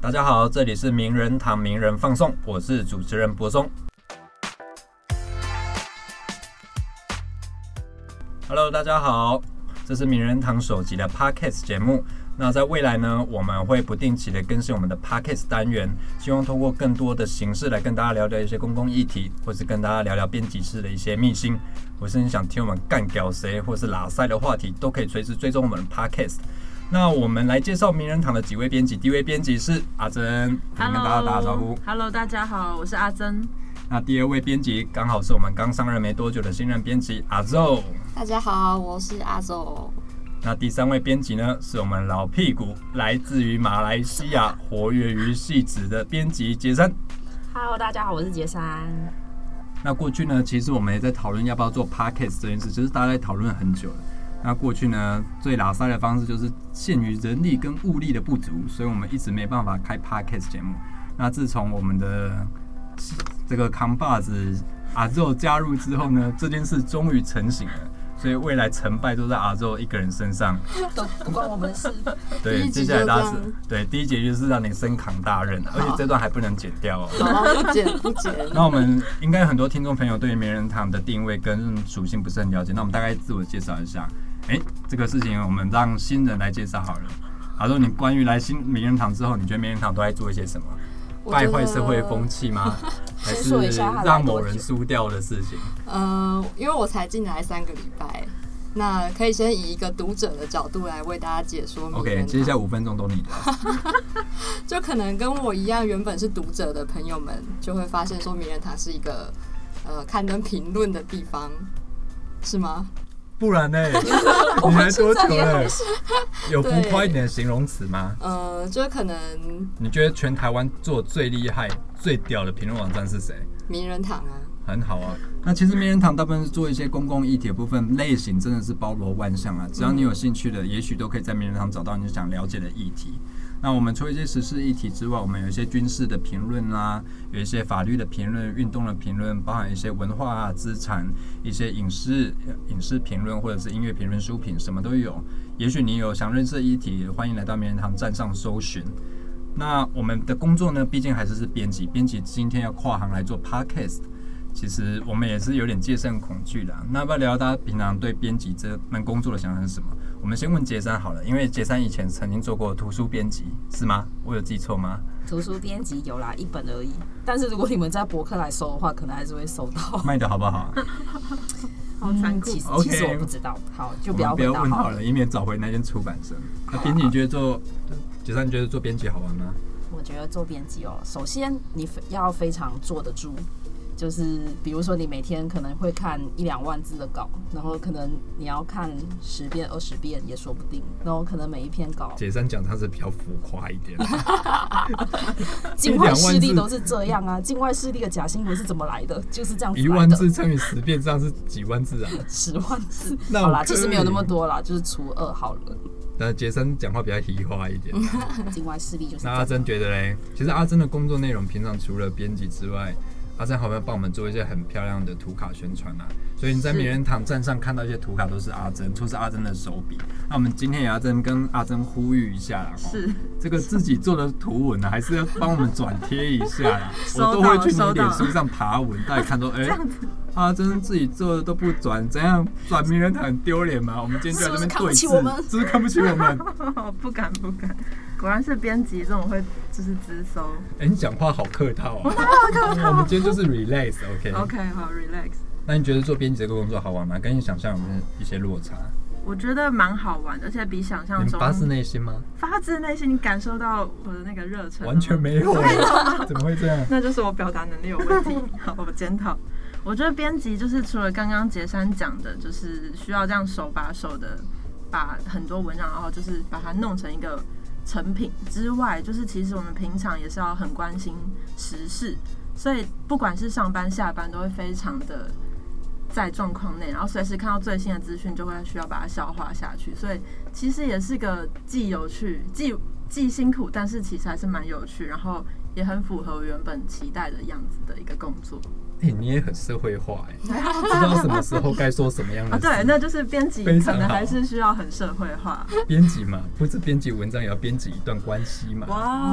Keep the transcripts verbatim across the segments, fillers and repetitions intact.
大家好，这里是名人堂名人放送，我是主持人柏松。Hello， 大家好，这是名人堂首集的 Podcast 节目。那在未来呢，我们会不定期的更新我们的 Podcast 单元，希望通过更多的形式来跟大家聊聊一些公共议题，或是跟大家聊聊编辑室的一些秘辛，或是你想听我们干屌谁或是拉塞的话题，都可以随时追踪我们的 Podcast。那我们来介绍名人堂的几位编辑，第一位编辑是阿珍，跟大家打个招呼。 Hello， 大家好，我是阿珍。 那第二位编辑刚好是我们刚上任没多久的新任编辑阿宙。 大家好，我是阿宙。 那第三位编辑呢，是我们老屁股，来自于马来西亚，活跃于戏子的编辑杰山。 Hello， 大家好，我是杰山。 那过去呢，其实我们也在讨论要不要做 Podcast 这件事，其实大家在讨论很久了。那过去呢，最拉塞的方式就是限于人力跟物力的不足，所以我们一直没办法开 Podcast 节目。那自从我们的这个扛把子阿宙加入之后呢，这件事终于成型了。所以未来成败都在阿宙一个人身上， 都不关我们的事。 对，接下来大家是对第一节就是让你身扛大任，而且这段还不能剪掉哦。 好，不剪不剪。 那我们应该很多听众朋友对于名人堂的定位跟属性不是很了解，那我们大概自我介绍一下。哎，这个事情我们让新人来介绍好了。阿宙，你关于来新名人堂之后，你觉得名人堂都在做一些什么？败坏社会风气吗？还是让某人输掉的事情？ 呃，因为我才进来三个礼拜，那可以先以一个读者的角度来为大家解说。 OK， 接下来五分钟都你的。 就可能跟我一样，原本是读者的朋友们，就会发现说名人堂是一个呃刊登评论的地方，是吗？ 不然呢？你来多久了？有浮夸一点的形容词吗？ 呃，就可能你觉得全台湾做最厉害、最屌的评论网站是谁？ 名人堂啊， 很好啊。那其实名人堂大部分是做一些公共议题的部分，类型真的是包罗万象啊。只要你有兴趣的，也许都可以在名人堂找到你想了解的议题。那我们除了一些时事议题之外，我们有一些军事的评论啦，有一些法律的评论、运动的评论，包含一些文化啊、资产、一些影视影视评论或者是音乐评论、书评，什么都有。也许你有想认识的议题，欢迎来到名人堂站上搜寻。那我们的工作呢，毕竟还是是编辑，编辑今天要跨行来做 podcast。其实我们也是有点戒慎恐惧的。那要不要聊聊大家平常对编辑这门工作的想法是什么？我们先问杰山好了，因为杰山以前曾经做过图书编辑，是吗？我有记错吗？ 图书编辑有啦，一本而已。但是如果你们在博客来搜的话，可能还是会搜到。 卖的好不好？ 好残酷、嗯。其实、okay, 其实我不知道，好就不要不要问好了，以免找回那间出版社。那编辑你觉得做杰山，你觉得做编辑好玩吗？ 我觉得做编辑哦，首先你要非常坐得住。就是比如说你每天可能会看一两万字的稿，然后可能你要看十遍二十遍也说不定，然后可能每一篇稿杰山讲他是比较浮夸一点。 境外势力都是这样啊，境外势力的假新闻是怎么来的？就是这样子来的。 一万字乘以十遍，这样是几万字啊？ 十万字。好啦，其实没有那么多啦，就是除二好了。 那杰森讲话比较嘻化一点。 境外势力就是。 那阿珍觉得嘞？其实阿珍的工作内容，平常除了编辑之外，阿珍好像帮我们做一些很漂亮的图卡宣传啊，所以你在名人堂站上看到一些图卡都是阿珍，都是阿珍的手笔。那我们今天也要真跟阿珍呼吁一下啦， 是这个自己做的图文啊，还是要帮我们转贴一下啦。我都会去你脸书上爬文，大家看到哎，阿珍自己做的都不转，怎样转名人堂很丢脸吗？我们今天就在这边对峙，是不是看不起我们？ 不敢不敢。果然是编辑这种会就是直搜。 哎、欸，你讲话好客套啊！我们今天就是 relax，OK？OK，、 okay? okay, 好 relax。 那你觉得做编辑这个工作好玩吗？跟你想象有没有一些落差？ 我觉得蛮好玩的，而且比想象中。 你发自内心吗？ 发自内心，你感受到我的那个热忱。 完全没有，怎么会这样？ 那就是我表达能力有问题。好，我检讨。我觉得编辑就是除了刚刚杰山讲的，就是需要这样手把手的把很多文章，然后就是把它弄成一个成品之外，就是其实我们平常也是要很关心时事，所以不管是上班下班都会非常的在状况内，然后随时看到最新的资讯就会需要把它消化下去，所以其实也是个既有趣既既辛苦，但是其实还是蛮有趣，然后也很符合原本期待的样子的一个工作。 哎、欸，你也很社会化哎、欸，知道什么时候该说什么样的事、 啊。对，那就是编辑可能还是需要很社会化。 编辑嘛，不是编辑文章也要编辑一段关系嘛。 哇哦，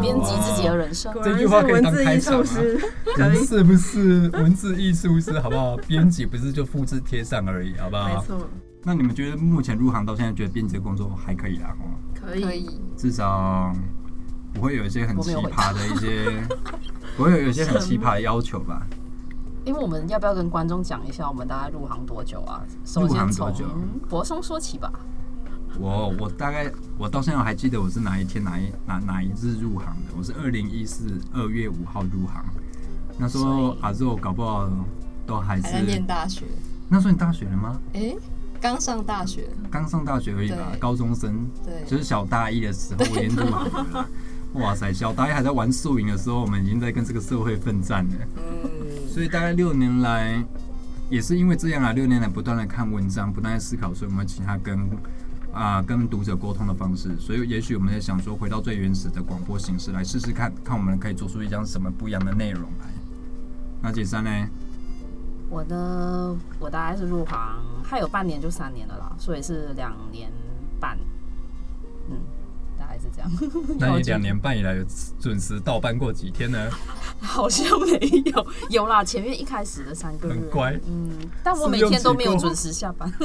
编辑自己的人生。 这句话可以当开场吗？ 人是不是文字艺术师？好不好？编辑不是就复制贴上而已，好不好？ 没错。 那你们觉得目前入行到现在，觉得编辑的工作还可以啦？ 可以，可以， 至少不会有一些很奇葩的一些，不会有一些很奇葩的要求吧？ 因为我们要不要跟观众讲一下，我们大概入行多久啊？首先从国松说起吧。 我我大概我到现在还记得我是哪一天哪一哪哪一日入行的。我是二零一四二月五号入行，那时候阿肉搞不好都还是还在念大学。 那时候你大学了吗？ 哎、欸，刚上大学， 刚上大学而已吧，高中生， 对， 就是小大一的时候我已经入行了。哇塞，小大一还在玩宿营的时候，我们已经在跟这个社会奋战了。嗯。所以大概六年来，也是因为这样啊，六年来不断的看文章，不断的思考，所以我们其他跟啊、呃、跟读者沟通的方式，所以也许我们在想说，回到最原始的广播形式来试试看，看我们可以做出一张什么不一样的内容来。那解珊呢？ 我呢，我大概是入行还有半年就三年了啦，所以是两年半，嗯。大概是这样。 那你两年半以来有准时倒班过几天呢？ 好像没有，有啦，前面一开始的三个月， 很乖， 嗯，但我每天都没有准时下班。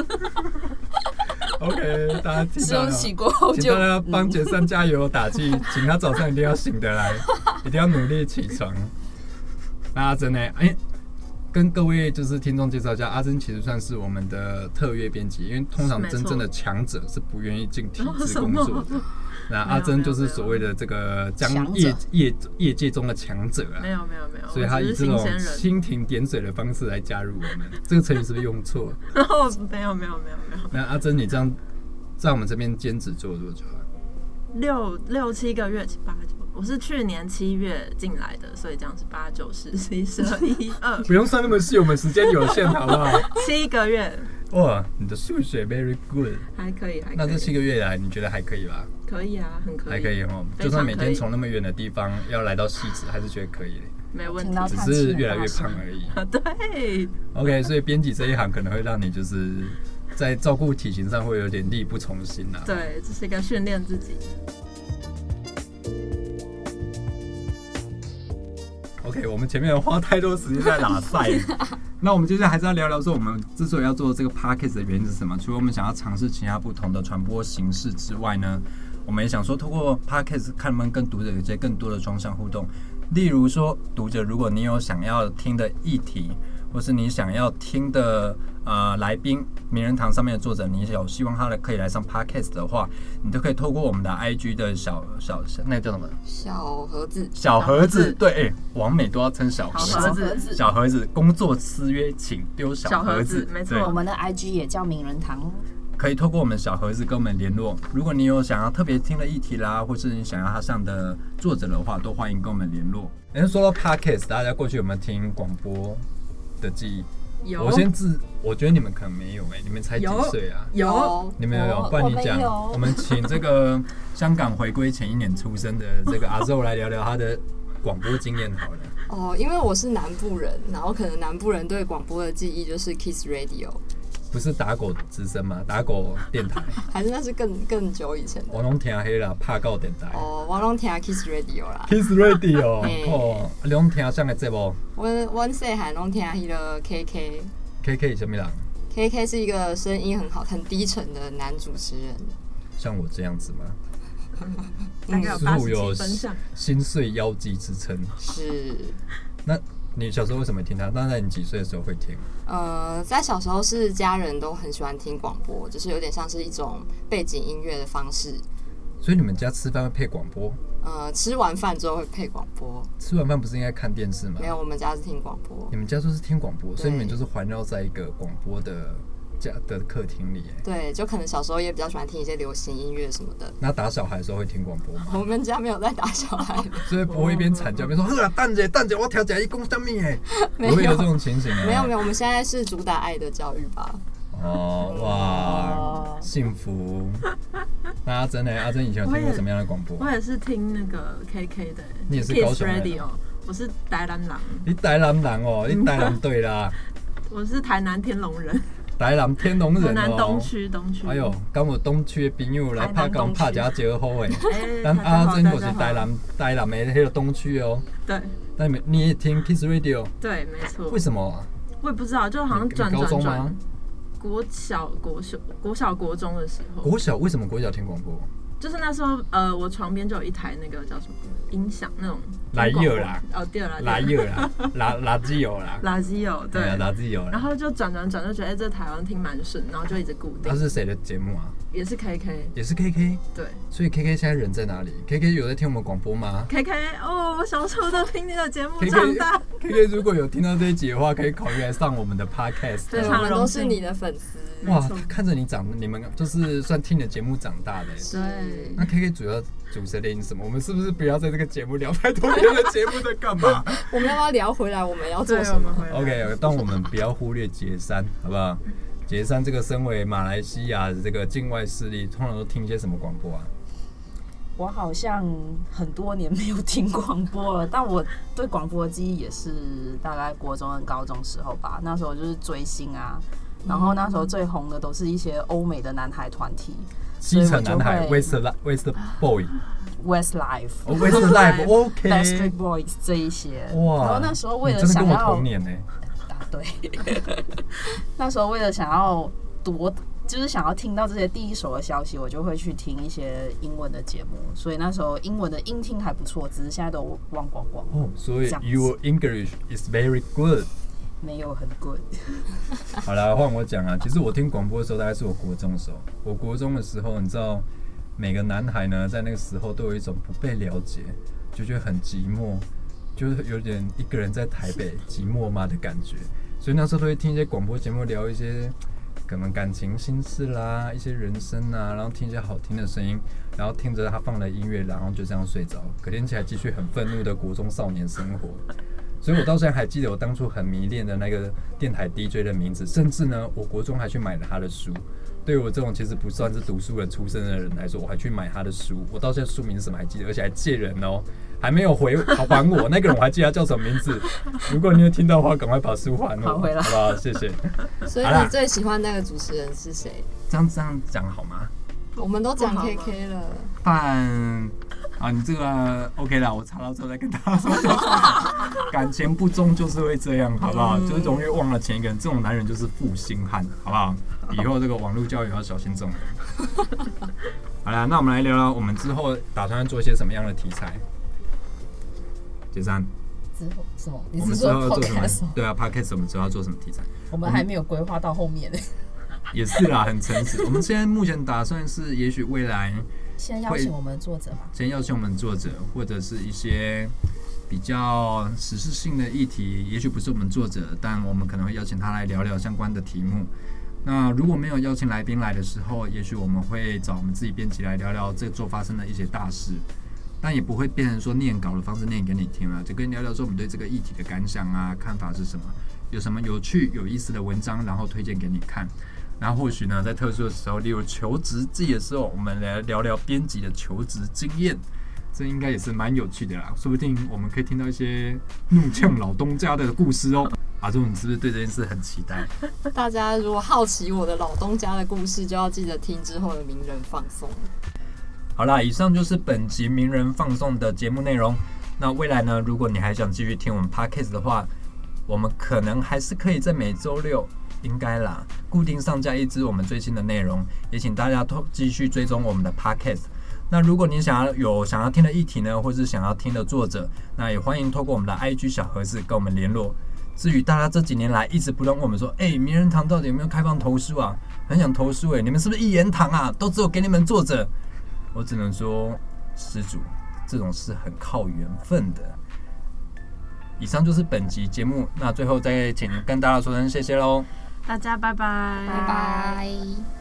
OK， 大家听到了， 试用期过后就， 请大家帮杰珊加油打气，请他早上一定要醒得来，一定要努力起床。那阿珍呢？哎、欸。跟各位就是听众介绍一下，阿珍其实算是我们的特约编辑，因为通常真正的强者是不愿意进体制工作的。那阿珍就是所谓的这个将业业业界中的强者啊， 没有没有没有， 所以他以这种蜻蜓点水的方式来加入我们。这个成语是不是用错？ 哦，没有没有没有没有。 那阿珍，你这样在我们这边兼职做了多久啊？ 六六七个月，八九。我是去年七月进来的，所以这样是八九十十一十二一二。 不用算那么细，我们时间有限，好不好？ 七个月。 哇，你的数学 very good， 还可以，还可以。 那这七个月来，你觉得还可以吧？ 可以啊，很可以， 还可以哦。就算每天从那么远的地方要来到汐止，还是觉得可以的。 没问题， 只是越来越胖而已。 对。 OK， 所以编辑这一行可能会让你就是在照顾体型上会有点力不从心啊。 对，这是一个训练自己。 OK， 我们前面花太多时间在拉赛，那我们接下来还是要聊聊说，我们之所以要做这个 podcast 的原因是什么？除了我们想要尝试其他不同的传播形式之外呢，我们也想说，透过 podcast 看能不能跟读者有一些更多的双向互动。例如说，读者如果你有想要听的议题，或是你想要听的呃来宾，名人堂上面的作者，你有希望他的可以来上 podcast 的话，你都可以透过我们的 I G 的小小那个叫什么小盒子， 小盒子，对，哎、欸，网美都要称小盒子， 子小盒子，工作私约请丢小盒子， 没错， 我们的 I G 也叫名人堂。 可以透过我们小盒子跟我们联络。如果你有想要特别听的议题啦，或是你想要他上的作者的话，都欢迎跟我们联络。哎，说到 podcast， 大家过去有没有听广播的记忆？ 有。 我先自，我觉得你们可能没有哎、欸，你们才几岁啊？ 有。 你们有有？不然你讲，我, 我们请这个香港回归前一年出生的这个阿肉来聊聊他的广播经验好了。 哦，因为我是南部人，然后可能南部人对广播的记忆就是 Kiss Radio。 不是打狗之声吗？打狗电台， 还是那是更更久以前的？ 我拢听黑啦，拍狗电台。 哦，我拢听 Kiss Radio 啦。 Kiss Radio， 哦，你拢听啥个节目？ 我我细汉拢听迄个 K K。K K 是什么人 ？K K 是一个声音很好、很低沉的男主持人。 像我这样子吗？ 大概有八十七分像。 心碎妖姬之称。 是。 那你小时候为什么听他？那在你几岁的时候会听？ 呃，在小时候是家人都很喜欢听广播，就是有点像是一种背景音乐的方式。 所以你们家吃饭会配广播？ 呃，吃完饭之后会配广播。 吃完饭不是应该看电视吗？ 没有，我们家是听广播。 你们家就是听广播，所以你们就是环绕在一个广播的家的客厅里。 对，就可能小时候也比较喜欢听一些流行音乐什么的。 那打小孩的时候会听广播吗？ 我们家没有在打小孩， 所以不会一边惨叫一边说：“呵啦，蛋姐蛋姐，我调解一公什么哎？”不会有这种情形啊。 没有没有，我们现在是主打爱的教育吧。 哦哇，幸福！那阿珍呢？阿珍以前有听过什么样的广播？ 我也是听那个 K K 的， 你也是高雄人 Radio， 我是台南人。 你台南人哦，你台南对啦。 我是台南天龙人。 台南天龙人哦， 河南东区东区。 哎呦，跟我东区的朋友来拍讲拍一下招呼诶。 哎咱阿珍就是台南台南的迄个东区哦。 对。 那你你也听 Kids Radio？ 对，没错。 为什么啊？ 我也不知道，就好像转转转。国小、国小、国小、国中的时候。 国小为什么国小听广播？ 就是那时候，呃，我床边就有一台那个叫什么音响那种。 来有啦， 哦对啦， 来有啦，垃垃圾有啦， 垃圾有对， 垃圾有啦。 然后就转转转，就觉得哎、欸，这台湾听蛮顺，然后就一直固定。 它是谁的节目啊？ 也是 K K， 也是 K K。 对， 所以 K K 现在人在哪里 ？K K 有在听我们广播吗 ？K K 哦，我小时候都听你的节目长大。 K K 如果有听到这一集的话，可以考虑来上我们的 Podcast。 对，我们都是你的粉丝。 哇，看着你长，你们就是算听你的节目长大的。 对。 那 K K 主要主持的什么？我们是不是不要在这个节目聊太多别的节目在干嘛？ 我们要不要聊回来？我们要做什么 ？OK， 但我们不要忽略杰山，好不好？杰山这个身为马来西亚的这个境外势力，通常都听些什么广播啊？ 我好像很多年没有听广播了，但我对广播的记忆也是大概国中跟高中时候吧。那时候就是追星啊，然后那时候最红的都是一些欧美的男孩团体， 西城男孩 West West Boy、Westlife、Westlife、OK、Backstreet Boys 这一些。 哇！ 然后那时候为了想要， 真的跟我同年呢、欸。 对，那时候为了想要夺，就是想要听到这些第一手的消息，我就会去听一些英文的节目，所以那时候英文的音听还不错，只是现在都忘光光。 哦，所以 your English is very good。 没有很 good。 好啦，换我讲啊。其实我听广播的时候，大概是我国中的时候。我国中的时候，你知道，每个男孩呢，在那个时候都有一种不被了解，就觉得很寂寞。就是有点一个人在台北寂寞吗的感觉，所以那时候都会听一些广播节目，聊一些可能感情心事啦，一些人生啊，然后听一些好听的声音，然后听着他放的音乐，然后就这样睡着。隔天起来继续很愤怒的国中少年生活。所以我到现在还记得我当初很迷恋的那个电台 D J 的名字，甚至呢，我国中还去买了他的书。对我这种其实不算是读书人出身的人来说，我还去买他的书。我到现在书名是什么还记得，而且还借人哦。还没有回还我，那个人我还记得他叫什么名字。如果你有听到的话，赶快把书还我，好不好？谢谢。 所以你最喜欢那个主持人是谁？ 这样这样讲好吗？ 我们都讲 K K 了。 范啊，你这个 OK 啦，我查到之后再跟大家说。感情不忠就是会这样，好不好？就是容易忘了前一个人，这种男人就是负心汉，好不好？以后这个网络教育要小心这种人。好啦，那我们来聊聊我们之后打算做一些什么样的题材。杰山， 之后什么？你是说 podcast？ 对啊 ，podcast 我们之后要做什么题材？ 我们还没有规划到后面呢。 也是啦，很诚实。我们现在目前打算是，也许未来先邀请我们的作者吧。 先邀请我们作者，或者是一些比较时事性的议题，也许不是我们作者，但我们可能会邀请他来聊聊相关的题目。那如果没有邀请来宾来的时候，也许我们会找我们自己编辑来聊聊这周发生的一些大事。但也不会变成说念稿的方式念给你听了，就跟你聊聊说我们对这个议题的感想啊、看法是什么，有什么有趣有意思的文章，然后推荐给你看。然后或许呢，在特殊的时候，例如求职季的时候，我们来聊聊编辑的求职经验，这应该也是蛮有趣的啦。说不定我们可以听到一些怒呛老东家的故事哦。阿忠，你是不是对这件事很期待？ 大家如果好奇我的老东家的故事，就要记得听之后的名人放送。 好啦，以上就是本集名人放送的节目内容。那未来呢，如果你还想继续听我们 Podcast 的话，我们可能还是可以在每周六，应该啦，固定上架一支我们最新的内容。也请大家继续追踪我们的 Podcast。那如果你想要有想要听的议题呢，或是想要听的作者，那也欢迎透过我们的 I G 小盒子跟我们联络。至于大家这几年来一直不断问我们说，哎、欸，名人堂到底有没有开放投书啊？很想投书哎、欸，你们是不是一言堂啊？都只有给你们作者。我只能说，施主，这种事很靠缘分的。以上就是本集节目，那最后再请跟大家说声谢谢喽， 大家拜拜， 拜拜。